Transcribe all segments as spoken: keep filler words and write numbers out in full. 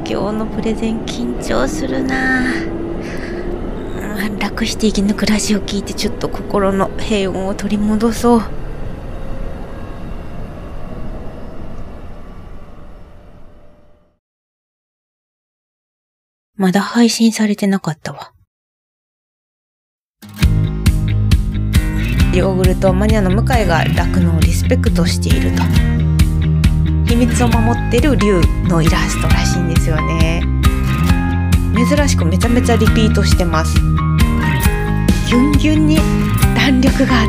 今日のプレゼン緊張するな。うん、楽して生き抜くラジオ聞いてちょっと心の平穏を取り戻そう。まだ配信されてなかったわ。ヨーグルトマニアの向井が酪農をリスペクトしていると。秘密を守ってる竜のイラストらしいんですよね。珍しくめちゃめちゃリピートしてます。ギュンギュンに弾力があって、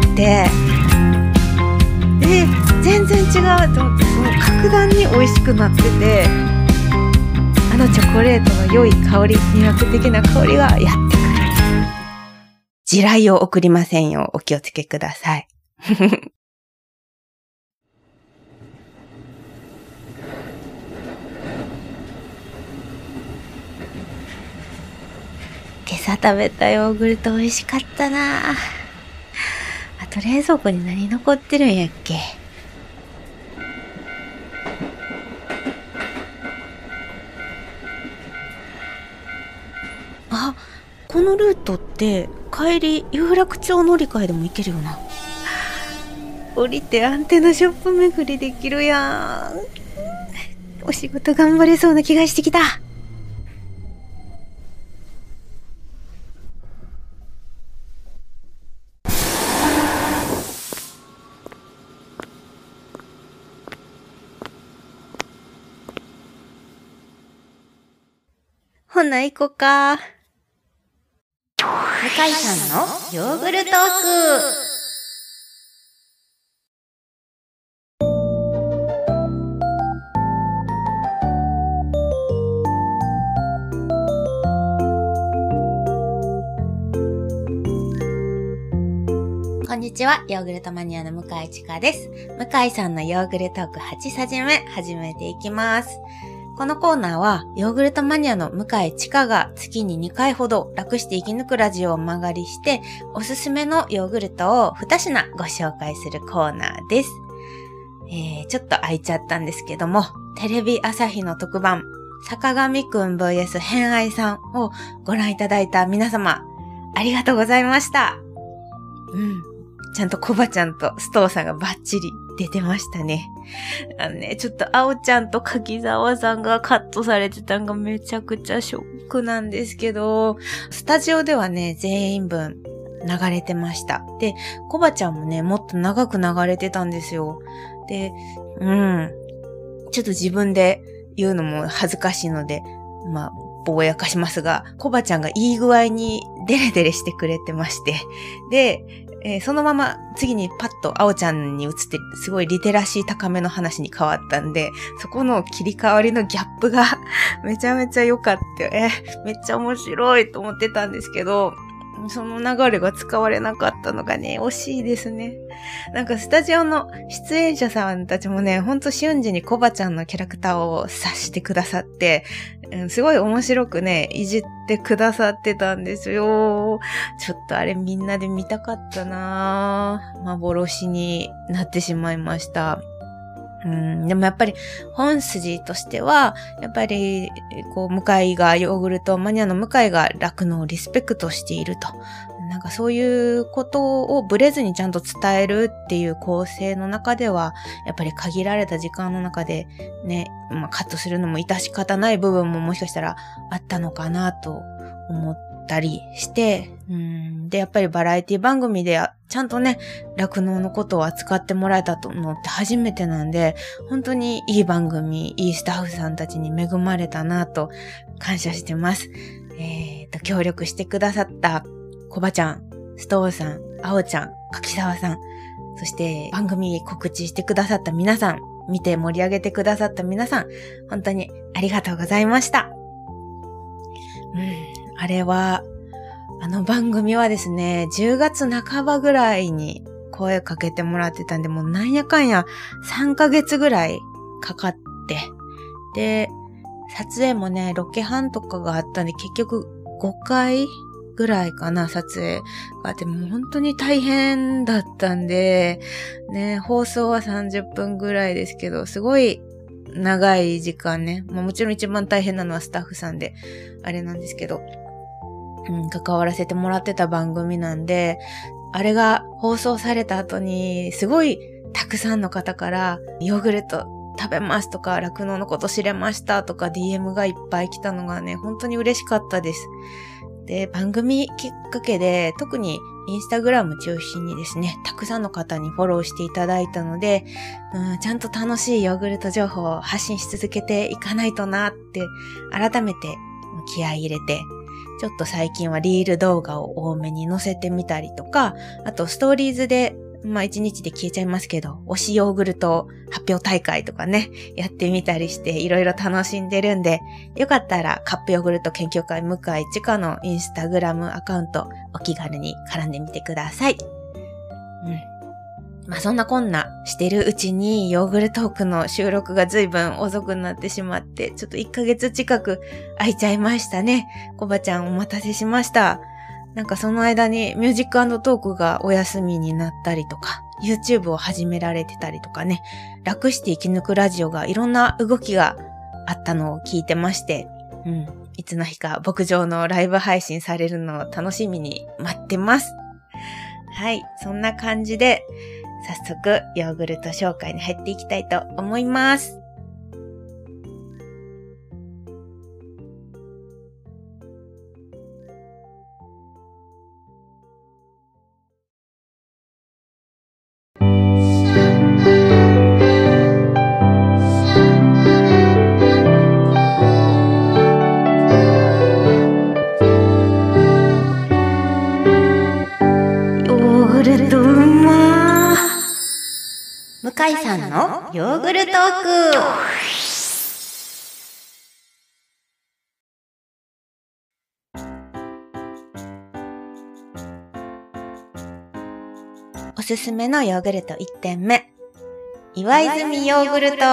で全然違うと思って、その格段に美味しくなってて、あのチョコレートの良い香り、魅惑的な香りがやってくる。地雷を送りませんよ。お気をつけください。今朝食べたヨーグルト美味しかったな。あと冷蔵庫に何残ってるんやっけ。あ、このルートって帰り有楽町乗り換えでも行けるよな。降りてアンテナショップ巡りできるやん。お仕事頑張れそうな気がしてきた。ほな行こっか。向井さんのヨーグルトーク。こんにちは、ヨーグルトマニアの向井千佳です。向井さんのヨーグルトークはちさじめ始めていきます。このコーナーはヨーグルトマニアの向井千佳が月ににかいほど楽して生き抜くラジオを間借りしておすすめのヨーグルトをにひんご紹介するコーナーです。えー、ちょっと空いちゃったんですけども、テレビ朝日の特番坂上くん ブイエス 偏愛さんをご覧いただいた皆様ありがとうございました。うん。ちゃんとコバちゃんとストーさんがバッチリ出てましたね。あのね、ちょっとあおちゃんと柿沢さんがカットされてたのがめちゃくちゃショックなんですけど、スタジオではね、全員分流れてました。で、コバちゃんもね、もっと長く流れてたんですよ。で、うん。ちょっと自分で言うのも恥ずかしいので、まあ、ぼやかしますが、コバちゃんがいい具合にデレデレしてくれてまして。で、えー、そのまま次にパッとあおちゃんに移ってすごいリテラシー高めの話に変わったんで、そこの切り替わりのギャップがめちゃめちゃ良かった。えー、めっちゃ面白いと思ってたんですけど、その流れが使われなかったのがね、惜しいですね。なんかスタジオの出演者さんたちもね、ほんと瞬時にコバちゃんのキャラクターを察してくださって、うん、すごい面白くね、いじってくださってたんですよ。ちょっとあれみんなで見たかったなぁ。幻になってしまいました。うん、でもやっぱり本筋としては、やっぱりこう向井がヨーグルトマニアの向井が酪農をリスペクトしていると、なんかそういうことをブレずにちゃんと伝えるっていう構成の中では、やっぱり限られた時間の中でね、まあ、カットするのも致し方ない部分ももしかしたらあったのかなと思ったりして、うん、でやっぱりバラエティ番組でちゃんとね酪農のことを扱ってもらえたのって初めてなんで、本当にいい番組、いいスタッフさんたちに恵まれたなと感謝してます。えーと協力してくださったコバちゃん、ストーさん、あおちゃん、柿沢さん、そして番組告知してくださった皆さん、見て盛り上げてくださった皆さん、本当にありがとうございました。うん、あれはあの番組はですね、じゅうがつなかばぐらいに声かけてもらってたんで、もうなんやかんやさんかげつぐらいかかって、で、撮影もね、ロケハンとかがあったんで、結局ごかいぐらいかな、撮影があって、もう本当に大変だったんで、ね、放送はさんじゅっぷんぐらいですけど、すごい、 長い時間ね、まあ、もちろん一番大変なのはスタッフさんで、あれなんですけど、うん、関わらせてもらってた番組なんで、あれが放送された後に、すごいたくさんの方から、ヨーグルト食べますとか、酪農のこと知れましたとか、ディーエム がいっぱい来たのがね、本当に嬉しかったです。で、番組きっかけで、特にインスタグラム中心にですね、たくさんの方にフォローしていただいたので、うん、ちゃんと楽しいヨーグルト情報を発信し続けていかないとなって、改めて気合い入れて、ちょっと最近はリール動画を多めに載せてみたりとか、あとストーリーズで、まあ一日で消えちゃいますけど、推しヨーグルト発表大会とかね、やってみたりしていろいろ楽しんでるんで、よかったらカップヨーグルト研究会向井千佳のインスタグラムアカウントお気軽に絡んでみてください。うん。まあそんなこんなしてるうちにヨーグルトークの収録が随分遅くなってしまって、ちょっといっかげつ近く空いちゃいましたね。コバちゃんお待たせしました。なんかその間にミュージック&トークがお休みになったりとか、YouTube を始められてたりとかね、楽して生き抜くラジオがいろんな動きがあったのを聞いてまして、うん、いつの日か牧場のライブ配信されるのを楽しみに待ってます。はい、そんな感じで早速ヨーグルト紹介に入っていきたいと思います。向井さんのヨーグルトーク。おすすめのヨーグルトいってんめ。岩泉ヨーグルト。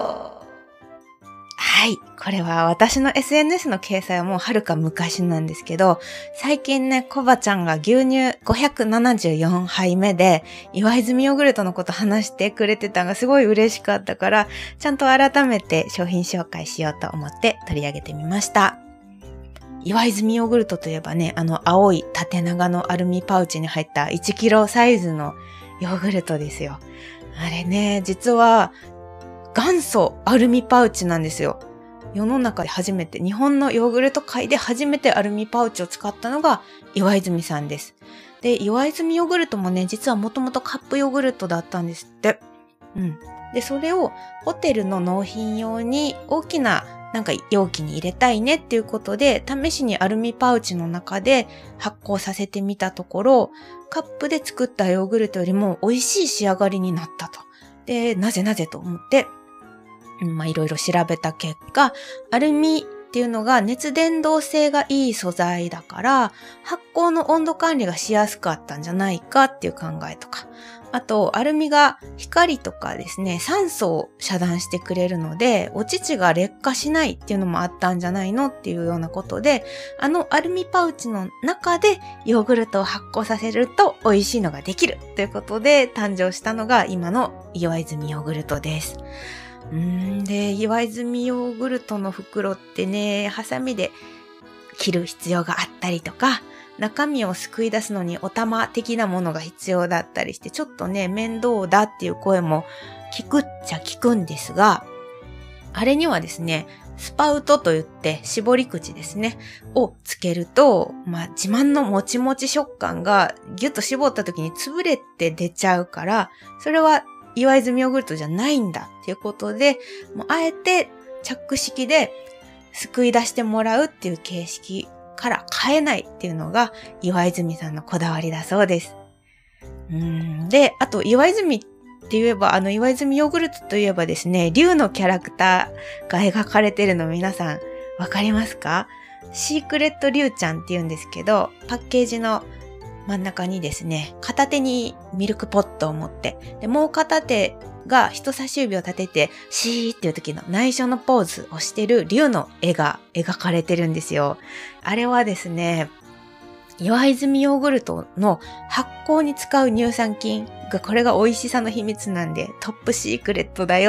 はい。これは私の エスエヌエス の掲載はもうはるか昔なんですけど、最近ね、コバちゃんが牛乳ごひゃくななじゅうよんはいめで、岩泉ヨーグルトのこと話してくれてたのがすごい嬉しかったから、ちゃんと改めて商品紹介しようと思って取り上げてみました。岩泉ヨーグルトといえばね、あの青い縦長のアルミパウチに入ったいちキロサイズのヨーグルトですよ。あれね、実は元祖アルミパウチなんですよ。世の中で初めて、日本のヨーグルト界で初めてアルミパウチを使ったのが岩泉さんです。で、岩泉ヨーグルトもね、実はもともとカップヨーグルトだったんですって。うん。で、それをホテルの納品用に大きななんか容器に入れたいねっていうことで、試しにアルミパウチの中で発酵させてみたところ、カップで作ったヨーグルトよりも美味しい仕上がりになったと。で、なぜなぜと思って、まあいろいろ調べた結果、アルミっていうのが熱伝導性がいい素材だから、発酵の温度管理がしやすかったんじゃないかっていう考えとか、あとアルミが光とかですね、酸素を遮断してくれるので、お乳が劣化しないっていうのもあったんじゃないのっていうようなことで、あのアルミパウチの中でヨーグルトを発酵させると美味しいのができるということで誕生したのが今の岩泉ヨーグルトです。うーんで、岩泉ヨーグルトの袋ってね、ハサミで切る必要があったりとか、中身をすくい出すのにお玉的なものが必要だったりして、ちょっとね、面倒だっていう声も聞くっちゃ聞くんですが、あれにはですね、スパウトといって絞り口ですね、をつけると、まあ自慢のもちもち食感がギュッと絞った時に潰れて出ちゃうから、それは岩泉ヨーグルトじゃないんだっていうことで、もうあえてチャック式ですくい出してもらうっていう形式から変えないっていうのが岩泉さんのこだわりだそうです。うーんで、あと岩泉って言えば、あの岩泉ヨーグルトといえばですね、竜のキャラクターが描かれてるの皆さんわかりますか？シークレット竜ちゃんって言うんですけど、パッケージの真ん中にですね、片手にミルクポットを持って、でもう片手が人差し指を立ててシーっていう時の内緒のポーズをしてる竜の絵が描かれてるんですよ。あれはですね、岩泉ヨーグルトの発酵に使う乳酸菌が、これが美味しさの秘密なんでトップシークレットだよっ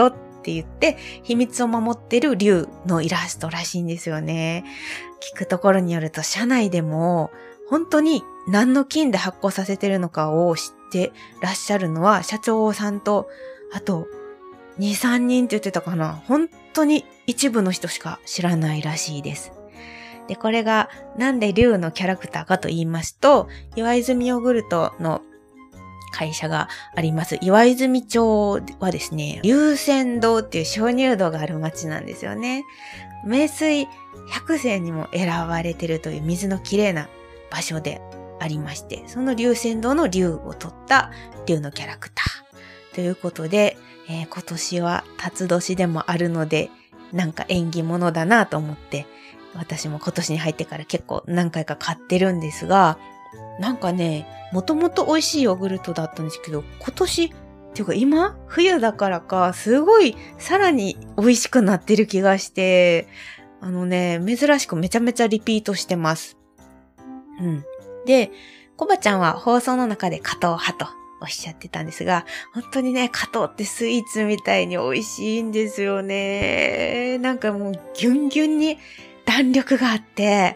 って言って、秘密を守ってる竜のイラストらしいんですよね。聞くところによると、社内でも、本当に何の金で発行させてるのかを知ってらっしゃるのは、社長さんと、あと、に、さんにんって言ってたかな。本当に一部の人しか知らないらしいです。で、これがなんで竜のキャラクターかと言いますと、岩泉ヨーグルトの会社があります岩泉町はですね、龍泉洞っていう鍾乳洞がある町なんですよね。名水百選にも選ばれてるという水のきれいな場所でありまして、その龍泉洞の竜を取った竜のキャラクターということで、えー、今年は辰年でもあるので、なんか縁起物だなと思って、私も今年に入ってから結構何回か買ってるんですが、なんかね、もともと美味しいヨーグルトだったんですけど、今年、っていうか今、冬だからか、すごいさらに美味しくなってる気がして、あのね、珍しくめちゃめちゃリピートしてます。うん。で、コバちゃんは放送の中で加糖派とおっしゃってたんですが、本当にね、加糖ってスイーツみたいに美味しいんですよね。なんかもうギュンギュンに弾力があって、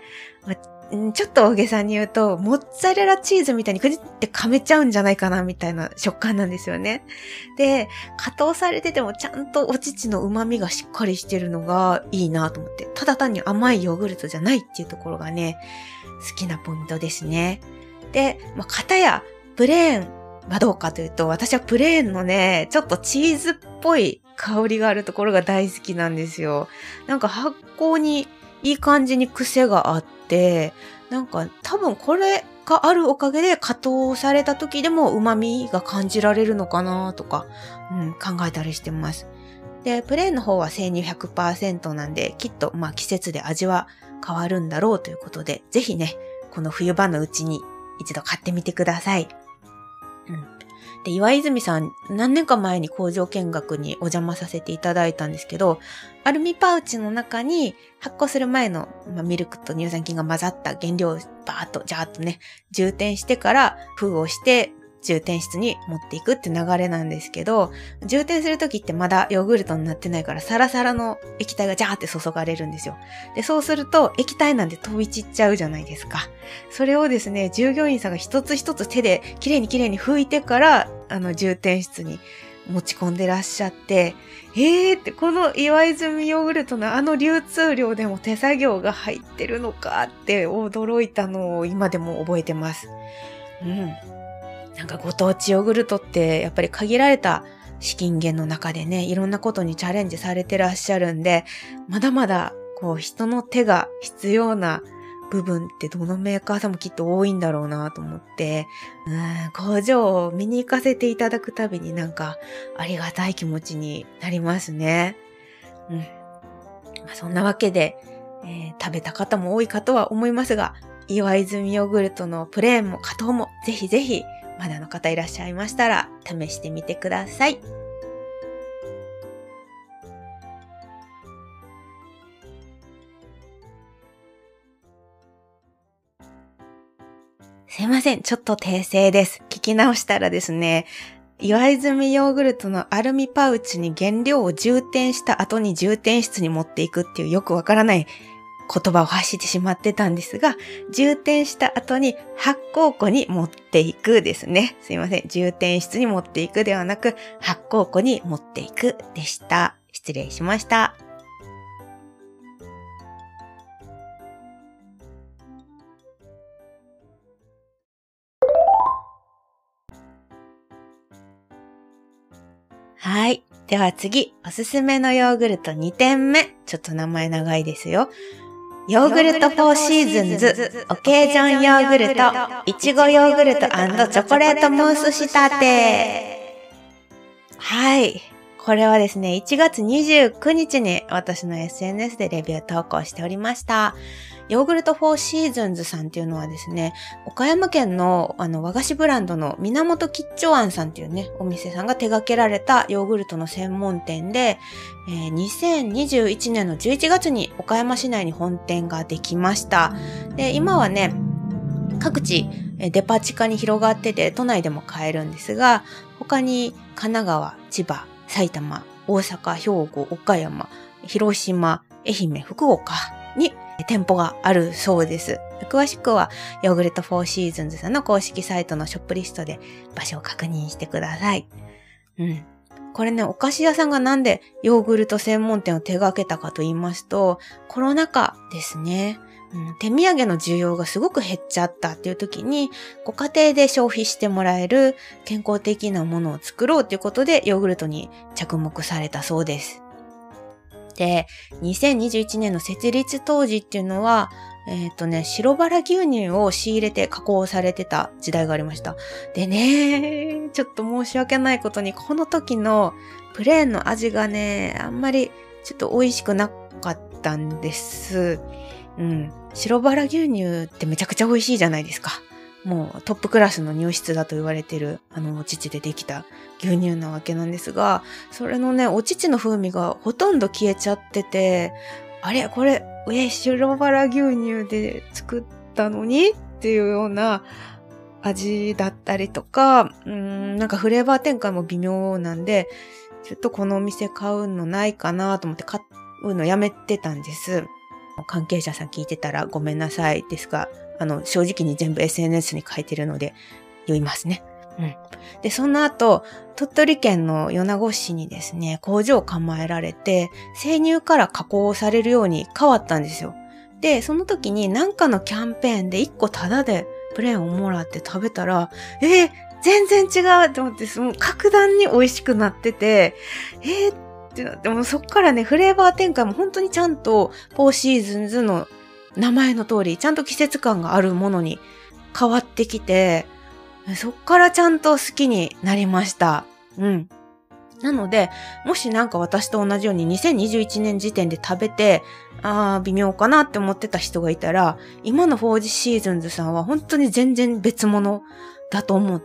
ちょっと大げさに言うと、モッツァレラチーズみたいにくじって噛めちゃうんじゃないかなみたいな食感なんですよね。で、加糖されててもちゃんとお乳の旨味がしっかりしてるのがいいなと思って、ただ単に甘いヨーグルトじゃないっていうところがね、好きなポイントですね。で、まあ、片やプレーンはどうかというと、私はプレーンのね、ちょっとチーズっぽい香りがあるところが大好きなんですよ。なんか発酵にいい感じに癖があって、なんか多分これがあるおかげで加糖された時でも旨味が感じられるのかなとか、うん、考えたりしてます。で、プレーンの方は生乳 ひゃくパーセント なんで、きっとまあ季節で味は変わるんだろうということで、ぜひね、この冬場のうちに一度買ってみてください。うん。で、岩泉さん、何年か前に工場見学にお邪魔させていただいたんですけど、アルミパウチの中に発酵する前の、まあ、ミルクと乳酸菌が混ざった原料をバーッと、ジャーッとね、充填してから封をして充填室に持っていくって流れなんですけど、充填するときってまだヨーグルトになってないからサラサラの液体がジャーって注がれるんですよ。で、そうすると液体なんで飛び散っちゃうじゃないですか。それをですね、従業員さんが一つ一つ手できれいにきれいに拭いてから、あの、充填室に持ち込んでらっしゃって、えーって、この岩泉ヨーグルトのあの流通量でも手作業が入ってるのかって驚いたのを今でも覚えてます。うん。なんかご当地ヨーグルトってやっぱり限られた資金源の中でね、いろんなことにチャレンジされてらっしゃるんで、まだまだこう人の手が必要な部分ってどのメーカーさんもきっと多いんだろうなと思って、うーん、工場を見に行かせていただくたびになんかありがたい気持ちになりますね。うん。まあ、そんなわけで、えー、食べた方も多いかとは思いますが、岩泉ヨーグルトのプレーンも加糖もぜひぜひまだの方いらっしゃいましたら試してみてください。すいません、ちょっと訂正です。聞き直したらですね、岩泉ヨーグルトのアルミパウチに原料を充填した後に充填室に持っていくっていうよくわからない言葉を発してしまってたんですが、充填した後に発酵庫に持っていくですね。すいません。充填室に持っていくではなく、発酵庫に持っていくでした。失礼しました。はい。では次、おすすめのヨーグルトにてんめ。ちょっと名前長いですよ。ヨーグルトフォーシーズンズオケージョンヨーグルトいちごヨーグルト&チョコレートムース仕立て。はい。これはですね、いちがつにじゅうくにちに私の エスエヌエス でレビュー投稿しておりました。ヨーグルトフォーシーズンズさんっていうのはですね、岡山県のあの和菓子ブランドの源吉兆庵さんっていうね、お店さんが手掛けられたヨーグルトの専門店で、えー、にせんにじゅういちねんのじゅういちがつに岡山市内に本店ができました。で、今はね、各地デパ地下に広がってて都内でも買えるんですが、他に神奈川、千葉、埼玉、 大阪、兵庫、岡山、広島、愛媛、福岡に店舗があるそうです。詳しくはヨーグルトフォーシーズンズさんの公式サイトのショップリストで場所を確認してください。うん。これね、お菓子屋さんがなんでヨーグルト専門店を手掛けたかと言いますと、コロナ禍ですね。うん、手土産の需要がすごく減っちゃったっていう時に、ご家庭で消費してもらえる健康的なものを作ろうということでヨーグルトに着目されたそうです。で、にせんにじゅういちねんの設立当時っていうのは、えっとね、白バラ牛乳を仕入れて加工されてた時代がありました。でね、ちょっと申し訳ないことに、この時のプレーンの味がね、あんまりちょっと美味しくなかったんです。うん。白バラ牛乳ってめちゃくちゃ美味しいじゃないですか。もうトップクラスの乳質だと言われてる、あの、お乳でできた牛乳なわけなんですが、それのね、お乳の風味がほとんど消えちゃってて、あれこれ、え、白バラ牛乳で作ったのにっていうような味だったりとか、うーん、なんかフレーバー展開も微妙なんで、ちょっとこのお店買うのないかなと思って買うのやめてたんです。関係者さん聞いてたらごめんなさいですが、あの、正直に全部 エスエヌエス に書いてるので言いますね。うん。で、その後、鳥取県の米子市にですね、工場を構えられて、生乳から加工されるように変わったんですよ。で、その時に何かのキャンペーンでいっこタダでプレーンをもらって食べたら、えー、全然違うと思って、もう格段に美味しくなってて、えーってなって、もうそっからね、フレーバー展開も本当にちゃんと、フォーシーズンズの名前の通り、ちゃんと季節感があるものに変わってきて、そっからちゃんと好きになりました。うん。なので、もしなんか私と同じようににせんにじゅういちねん時点で食べて、あー微妙かなって思ってた人がいたら、今のフォーシーズンズさんは本当に全然別物だと思って、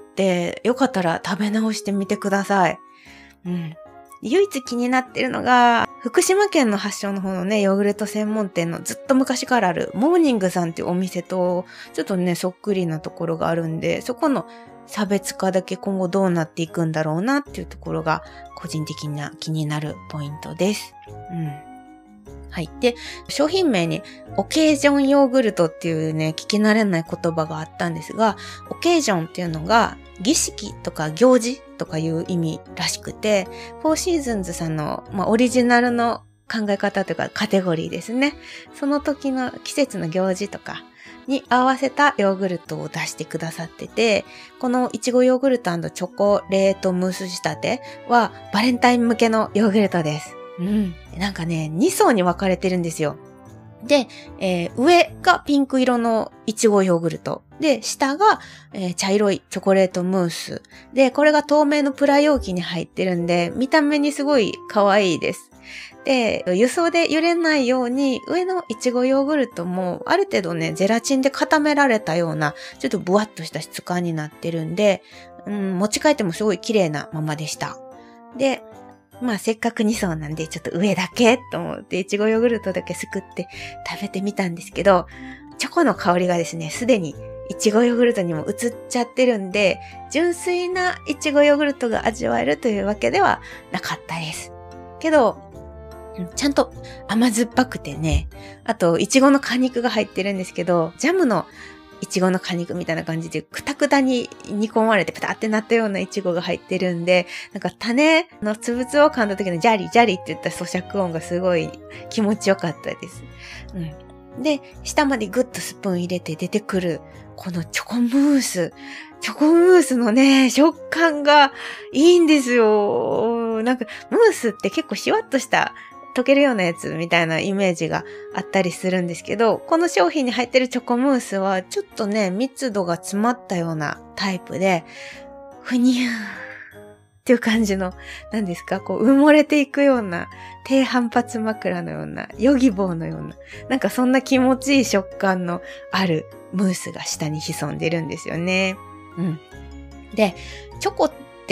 よかったら食べ直してみてください。うん。唯一気になってるのが、福島県の発祥の方のね、ヨーグルト専門店のずっと昔からあるモーニングさんっていうお店と、ちょっとね、そっくりなところがあるんで、そこの差別化だけ今後どうなっていくんだろうなっていうところが、個人的な気になるポイントです。うん。はい。で、商品名にオケージョンヨーグルトっていうね、聞き慣れない言葉があったんですが、オケージョンっていうのが儀式とか行事とかいう意味らしくて、フォーシーズンズさんの、まあ、オリジナルの考え方というかカテゴリーですね。その時の季節の行事とかに合わせたヨーグルトを出してくださってて、このいちごヨーグルト&チョコレートムース仕立てはバレンタイン向けのヨーグルトです。うん。なんかね、に層に分かれてるんですよ。で、えー、上がピンク色のいちごヨーグルト。で、下が、えー、茶色いチョコレートムース。で、これが透明のプラ容器に入ってるんで、見た目にすごい可愛いです。で、輸送で揺れないように、上のいちごヨーグルトも、ある程度ね、ゼラチンで固められたような、ちょっとブワッとした質感になってるんで、うん、持ち帰ってもすごい綺麗なままでした。で、まあせっかくに層なんでちょっと上だけと思っていちごヨーグルトだけすくって食べてみたんですけど、チョコの香りがですね、すでにいちごヨーグルトにも移っちゃってるんで、純粋ないちごヨーグルトが味わえるというわけではなかったです。けど、ちゃんと甘酸っぱくてね、あといちごの果肉が入ってるんですけど、ジャムのいちごの果肉みたいな感じでくたくたに煮込まれてペタってなったようないちごが入ってるんで、なんか種のつぶつぶを噛んだ時のジャリジャリって言った咀嚼音がすごい気持ちよかったです。うん。で、下までグッとスプーン入れて出てくるこのチョコムース。チョコムースのね、食感がいいんですよ。なんかムースって結構シワッとした溶けるようなやつみたいなイメージがあったりするんですけど、この商品に入ってるチョコムースはちょっとね、密度が詰まったようなタイプで、ふにゅーっていう感じの、何ですか、こう埋もれていくような、低反発枕のような、ヨギボーのような、なんかそんな気持ちいい食感のあるムースが下に潜んでるんですよね。うん。で、チョコって、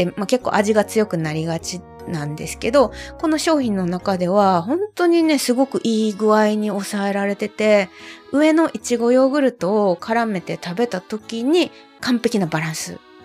まあ、結構味が強くなりがちなんですけど、この商品の中では本当にね、すごくいい具合に抑えられてて、上のいちごヨーグルトを絡めて食べた時に完璧なバランス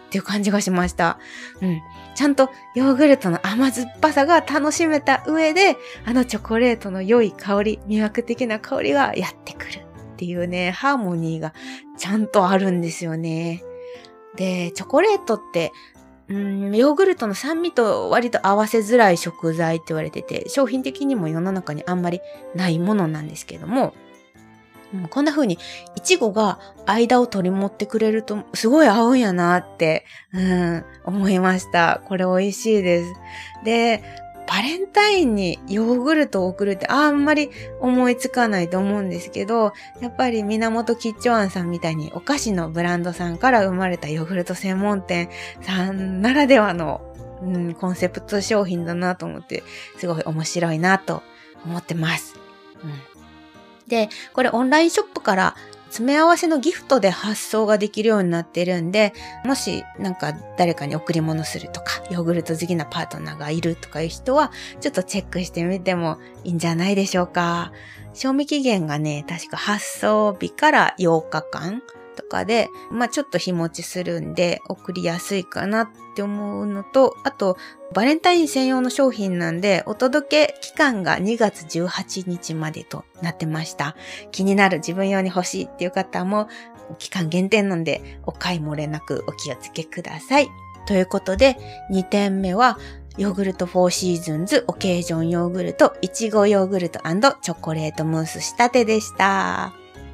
っていう感じがしました。うん。ちゃんとヨーグルトの甘酸っぱさが楽しめた上で、あのチョコレートの良い香り、魅惑的な香りがやってくるっていうね、ハーモニーがちゃんとあるんですよね。で、チョコレートって、うーん、ヨーグルトの酸味と割と合わせづらい食材って言われてて、商品的にも世の中にあんまりないものなんですけども、こんな風にイチゴが間を取り持ってくれるとすごい合うんやなって、うん、思いました。これ美味しいです。で、バレンタインにヨーグルトを送るってあんまり思いつかないと思うんですけど、やっぱり源吉兆庵さんみたいにお菓子のブランドさんから生まれたヨーグルト専門店さんならではの、うん、コンセプト商品だなと思って、すごい面白いなと思ってます。うんで、これオンラインショップから詰め合わせのギフトで発送ができるようになってるんで、もしなんか誰かに贈り物するとか、ヨーグルト好きなパートナーがいるとかいう人は、ちょっとチェックしてみてもいいんじゃないでしょうか。賞味期限がね、確か発送日からようかかんとかで、まあちょっと日持ちするんで送りやすいかなって思うのと、あとバレンタイン専用の商品なんでお届け期間がにがつじゅうはちにちまでとなってました。気になる自分用に欲しいっていう方も期間限定なんでお買い漏れなくお気をつけください。ということでにてんめはヨーグルトフォーシーズンズオケージョンヨーグルトいちごヨーグルト&チョコレートムース仕立てでした。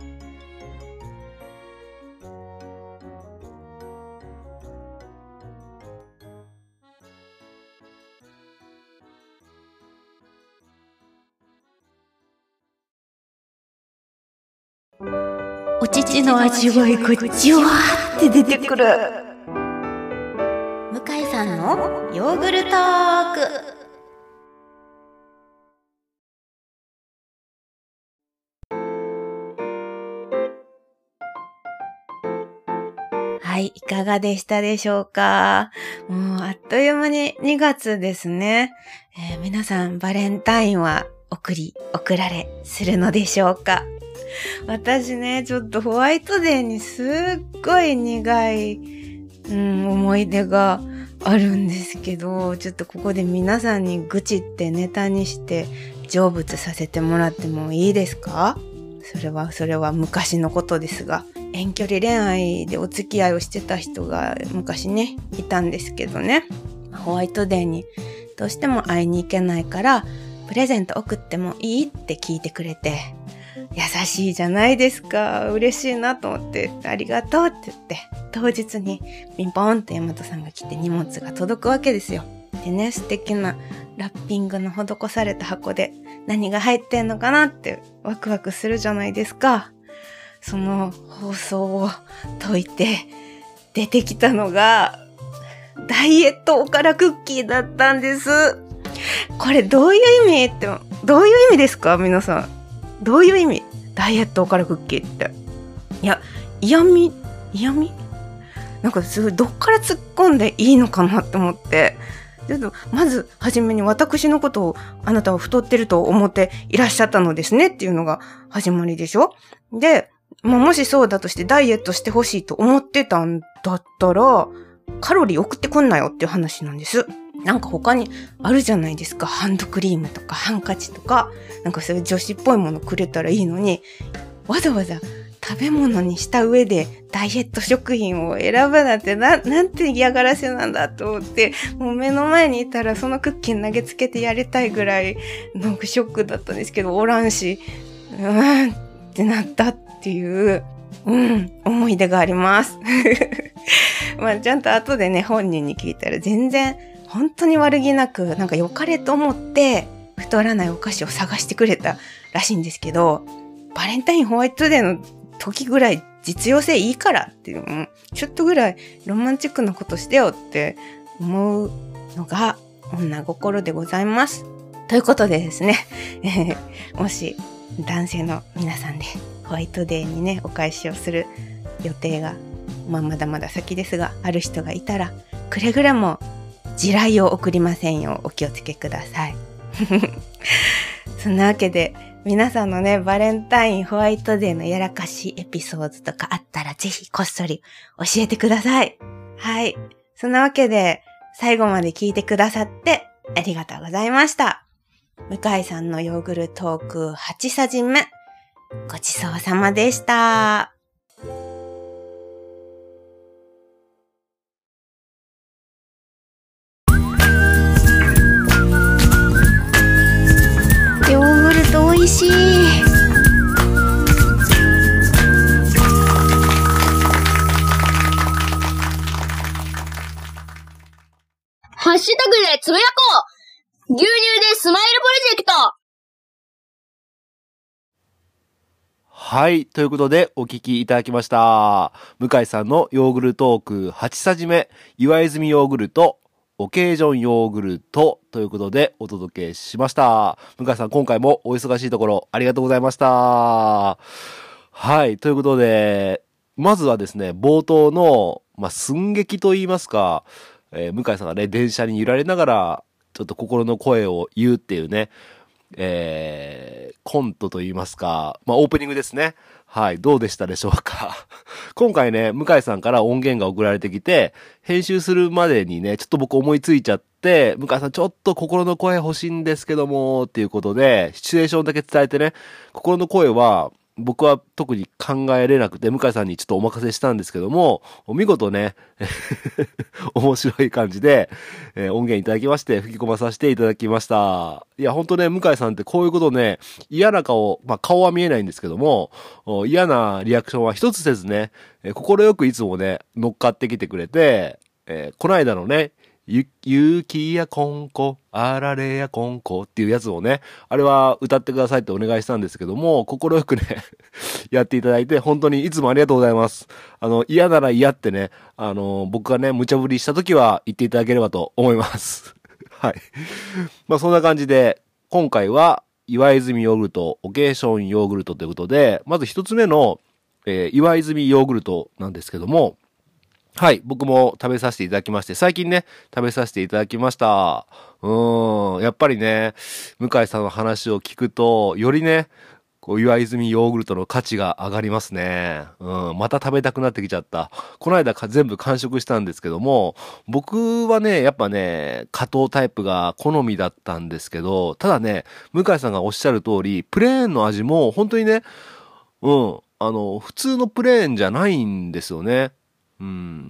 お乳の味わいがじわーって出てくる。向井さんのヨーグルトーク。はい、いかがでしたでしょうか。もうあっという間ににがつですね。えー、皆さんバレンタインは贈り、贈られするのでしょうか。私ね、ちょっとホワイトデーにすっごい苦い、うん、思い出があるんですけど、ちょっとここで皆さんに愚痴ってネタにして成仏させてもらってもいいですか？それは、それは昔のことですが、遠距離恋愛でお付き合いをしてた人が昔ね、いたんですけどね、ホワイトデーにどうしても会いに行けないから、プレゼント送ってもいいって聞いてくれて、優しいじゃないですか。嬉しいなと思って、ありがとうって言って、当日にピンポーンって大和さんが来て荷物が届くわけですよ。でね、素敵なラッピングの施された箱で何が入ってんのかなってワクワクするじゃないですか。その包装を解いて出てきたのがダイエットおからクッキーだったんです。これどういう意味って、どういう意味ですか皆さん。どういう意味？ダイエットおからクッキーって。いや、嫌味嫌味なんかすごいどっから突っ込んでいいのかなって思って。ちょっとまずはじめに私のことをあなたは太ってると思っていらっしゃったのですねっていうのが始まりでしょ。で、まあ、もしそうだとしてダイエットしてほしいと思ってたんだったらカロリー送ってくんなよっていう話なんです。なんか他にあるじゃないですか。ハンドクリームとかハンカチとか、なんかそういう女子っぽいものくれたらいいのに、わざわざ食べ物にした上でダイエット食品を選ぶなんてな、なんて嫌がらせなんだと思って、もう目の前にいたらそのクッキー投げつけてやりたいぐらいのショックだったんですけど、おらんし、うーんってなったっていう、うん、思い出があります。まあちゃんと後でね、本人に聞いたら全然、本当に悪気なく、なんか良かれと思って太らないお菓子を探してくれたらしいんですけど、バレンタインホワイトデーの時ぐらい実用性いいからっていうのも、ちょっとぐらいロマンチックなことしてよって思うのが女心でございます。ということでですね、もし男性の皆さんでホワイトデーにね、お返しをする予定が、まあまだまだ先ですが、ある人がいたら、くれぐれも地雷を送りませんようお気をつけください。そんなわけで皆さんのね、バレンタインホワイトデーのやらかしエピソードとかあったらぜひこっそり教えてください。 はい。そんなわけで、最後まで聞いてくださってありがとうございました。向井さんのヨーグルトークはちさじめ、ごちそうさまでした。ヨーグルト美味しい。 ハッシュタグでつぶやこう。牛乳でスマイルプロジェクト。 はい。ということで、お聞きいただきました。向井さんのヨーグルトークはちさじめ、岩泉ヨーグルト、オケージョンヨーグルトということでお届けしました。向井さん、今回もお忙しいところありがとうございました。はい。ということで、まずはですね、冒頭の、まあ、寸劇と言いますか、えー、向井さんがね、電車に揺られながら、ちょっと心の声を言うっていうね、えー、コントと言いますか、まあ、オープニングですね。はい、どうでしたでしょうか。今回ね、向井さんから音源が送られてきて、編集するまでにね、ちょっと僕思いついちゃって、向井さんちょっと心の声欲しいんですけども、っていうことで、シチュエーションだけ伝えてね、心の声は、僕は特に考えれなくて、向井さんにちょっとお任せしたんですけども、見事ね、面白い感じで、えー、音源いただきまして、吹き込まさせていただきました。いや、ほんとね、向井さんってこういうことね、嫌な顔、まあ顔は見えないんですけども、嫌なリアクションは一つせずね、えー、心よくいつもね、乗っかってきてくれて、えー、この間のね、ゆ、ゆきやこんこ、あられやこんこっていうやつをね、あれは歌ってくださいってお願いしたんですけども、心よくね、やっていただいて、本当にいつもありがとうございます。あの、嫌なら嫌ってね、あの、僕がね、無茶ぶりした時は言っていただければと思います。はい。まあそんな感じで、今回は、岩泉ヨーグルト、オケーションヨーグルトということで、まず一つ目の、えー、岩泉ヨーグルトなんですけども、はい。僕も食べさせていただきまして、最近ね、食べさせていただきました。うーん。やっぱりね、向井さんの話を聞くと、よりね、こう、岩泉ヨーグルトの価値が上がりますね。うん。また食べたくなってきちゃった。この間か全部完食したんですけども、僕はね、やっぱね、加糖タイプが好みだったんですけど、ただね、向井さんがおっしゃる通り、プレーンの味も本当にね、うん。あの、普通のプレーンじゃないんですよね。うん。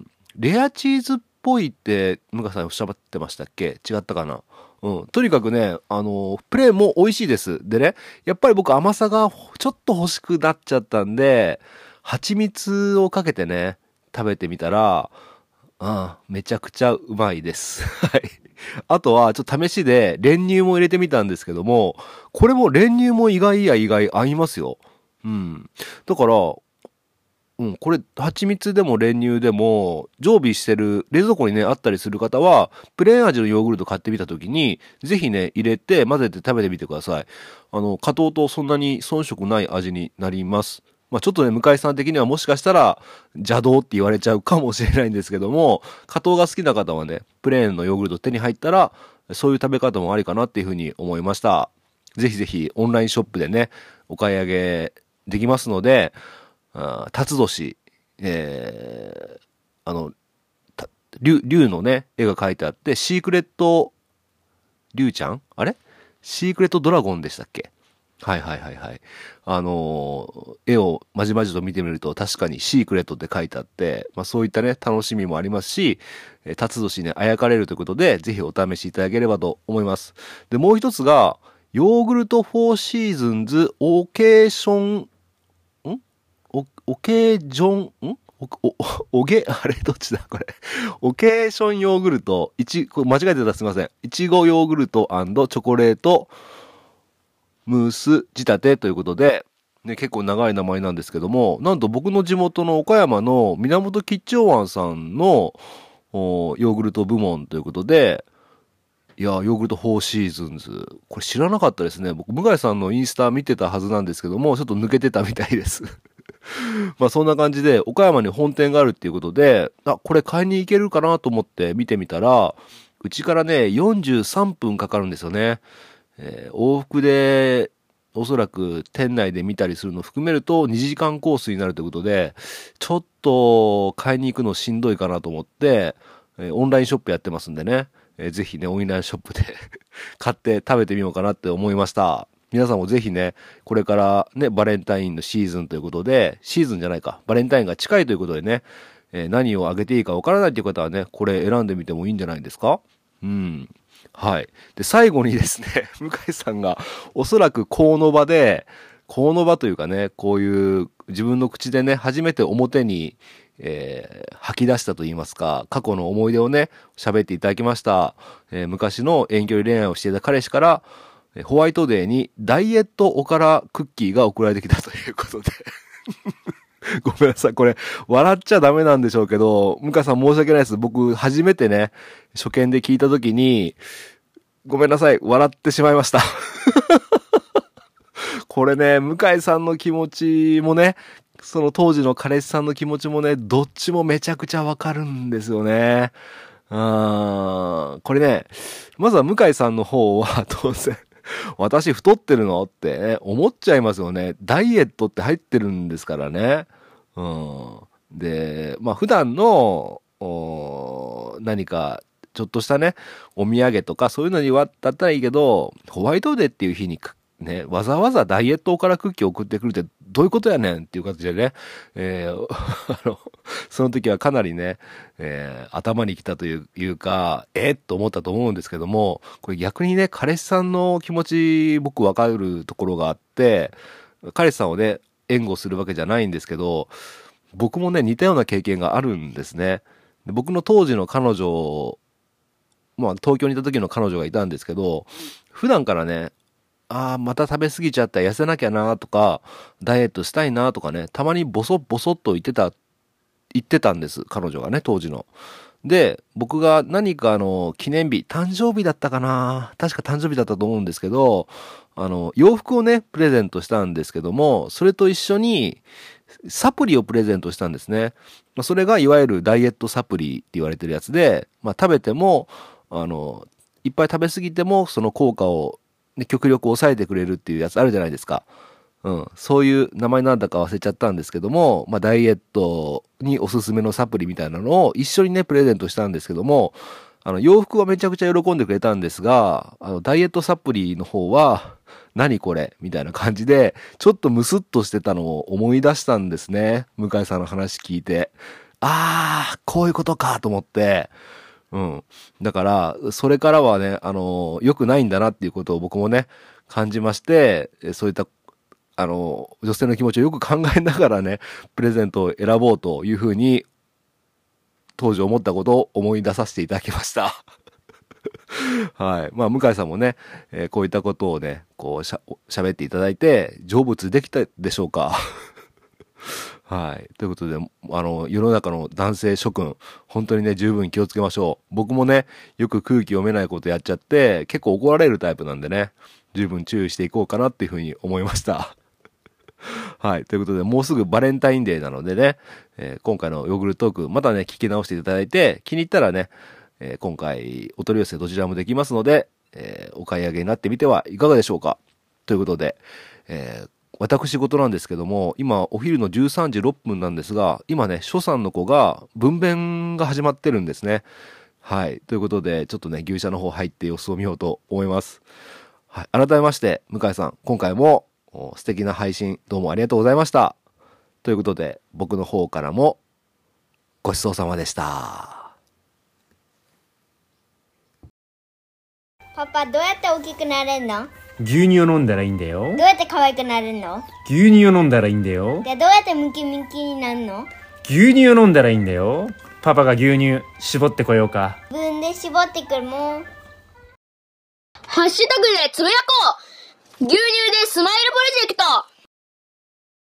レアチーズっぽいって、向井さんおっしゃってましたっけ？違ったかな？うん。とにかくね、あの、プレーンも美味しいです。でね、やっぱり僕甘さがちょっと欲しくなっちゃったんで、蜂蜜をかけてね、食べてみたら、うん、めちゃくちゃうまいです。はい。あとは、ちょっと試しで練乳も入れてみたんですけども、これも練乳も意外や意外合いますよ。うん。だから、うん、これ、蜂蜜でも練乳でも、常備してる、冷蔵庫にね、あったりする方は、プレーン味のヨーグルト買ってみたときに、ぜひね、入れて混ぜて食べてみてください。あの、加糖とそんなに遜色ない味になります。まあちょっとね、向井さん的にはもしかしたら、邪道って言われちゃうかもしれないんですけども、加糖が好きな方はね、プレーンのヨーグルト手に入ったら、そういう食べ方もありかなっていうふうに思いました。ぜひぜひ、オンラインショップでね、お買い上げできますので、あ辰年、えー、あの、竜、竜のね、絵が描いてあって、シークレット、竜ちゃんあれシークレットドラゴンでしたっけ？はいはいはいはい。あのー、絵をまじまじと見てみると確かにシークレットって書いてあって、まあそういったね、楽しみもありますし、えー、辰年ね、あやかれるということで、ぜひお試しいただければと思います。で、もう一つが、ヨーグルトフォーシーズンズオーケーションお、オケージョン、んお、お、おげ、あれどっちだこれ。オケーションヨーグルト、いち、これ間違えてたらすいません。いちごヨーグルト&チョコレートムース仕立てということで、ね、結構長い名前なんですけども、なんと僕の地元の岡山の源吉兆庵さんのヨーグルト部門ということで、いや、ヨーグルトフォーシーズンズ。これ知らなかったですね。僕、向井さんのインスタ見てたはずなんですけども、ちょっと抜けてたみたいです。まあそんな感じで、岡山に本店があるっていうことで、あ、これ買いに行けるかなと思って見てみたら、うちからね、よんじゅうさんぷんかかるんですよね。えー、往復でおそらく店内で見たりするのを含めるとにじかんコースになるということで、ちょっと買いに行くのしんどいかなと思って、えーオンラインショップやってますんでね、えーぜひね、オンラインショップで買って食べてみようかなって思いました。皆さんもぜひね、これからね、バレンタインのシーズンということで、シーズンじゃないか、バレンタインが近いということでね、えー何をあげていいかわからないという方はね、これ選んでみてもいいんじゃないですか？うん。はい。で、最後にですね、向井さんがおそらくこの場で、この場というかね、こういう自分の口でね、初めて表に、えー吐き出したと言いますか、過去の思い出をね、喋っていただきました。えー昔の遠距離恋愛をしていた彼氏から、えーホワイトデーにダイエットおからクッキーが送られてきたということで。ごめんなさい。これ、笑っちゃダメなんでしょうけど、向井さん申し訳ないです。僕、初めてね、初見で聞いたときに、ごめんなさい。笑ってしまいました。これね、向井さんの気持ちもね、その当時の彼氏さんの気持ちもね、どっちもめちゃくちゃわかるんですよね。うーん、これね、まずは向井さんの方は当然、私太ってるのってね、思っちゃいますよね。ダイエットって入ってるんですからね。うん。で、まあ普段の、お何か、ちょっとしたね、お土産とかそういうのにはだったらいいけど、ホワイトデーっていう日にくね、わざわざダイエットからクッキーを送ってくるってどういうことやねんっていう形でね、えーあの、その時はかなりね、えー頭に来たといういうか、えー、と思ったと思うんですけども、これ逆にね、彼氏さんの気持ち僕わかるところがあって、彼氏さんをね、援護するわけじゃないんですけど、僕もね、似たような経験があるんですね。で僕の当時の彼女、まあ東京にいた時の彼女がいたんですけど、普段からね、ああ、また食べ過ぎちゃった、痩せなきゃなとか、ダイエットしたいなとかね、たまにボソボソっと言ってた、言ってたんです、彼女がね、当時の。で、僕が何かあの、記念日、誕生日だったかな、確か誕生日だったと思うんですけど、あの、洋服をね、プレゼントしたんですけども、それと一緒に、サプリをプレゼントしたんですね。それがいわゆるダイエットサプリって言われてるやつで、まあ食べても、あの、いっぱい食べ過ぎても、その効果を、ね、極力抑えてくれるっていうやつあるじゃないですか。うん。そういう名前なんだか忘れちゃったんですけども、まあ、ダイエットにおすすめのサプリみたいなのを一緒にね、プレゼントしたんですけども、あの、洋服はめちゃくちゃ喜んでくれたんですが、あの、ダイエットサプリの方は、何これみたいな感じで、ちょっとムスッとしてたのを思い出したんですね。向井さんの話聞いて。あー、こういうことかと思って、うん。だから、それからはね、あの、良くないんだなっていうことを僕もね、感じまして、そういった、あの、女性の気持ちをよく考えながらね、プレゼントを選ぼうというふうに、当時思ったことを思い出させていただきました。はい。まあ、向井さんもね、えーこういったことをね、こうしゃ、喋っていただいて、成仏できたでしょうか。はい。ということで、あの、世の中の男性諸君、本当にね、十分気をつけましょう。僕もね、よく空気読めないことやっちゃって、結構怒られるタイプなんでね、十分注意していこうかなっていうふうに思いました。はい。ということで、もうすぐバレンタインデーなのでね、えー今回のヨーグルトーク、またね、聞き直していただいて、気に入ったらね、えー今回、お取り寄せどちらもできますので、えーお買い上げになってみてはいかがでしょうか。ということで、えー私事なんですけども、今お昼のじゅうさんじろっぷんなんですが、今ね、初さんの子が分娩が始まってるんですね。はい。ということで、ちょっとね、牛舎の方入って様子を見ようと思います。はい。改めまして、向井さん、今回もお素敵な配信どうもありがとうございました。ということで、僕の方からもごちそうさまでした。 パパ、どうやって大きくなれるの？ 牛乳を飲んだらいいんだよ。 どうやって可愛くなれるの？ 牛乳を飲んだらいいんだよ。 で、どうやってムキムキになるの？ 牛乳を飲んだらいいんだよ。パパが牛乳絞ってこようか。 自分で絞ってくるもん。 ハッシュタグでつぶやこう。牛乳でスマイルプロジェクト。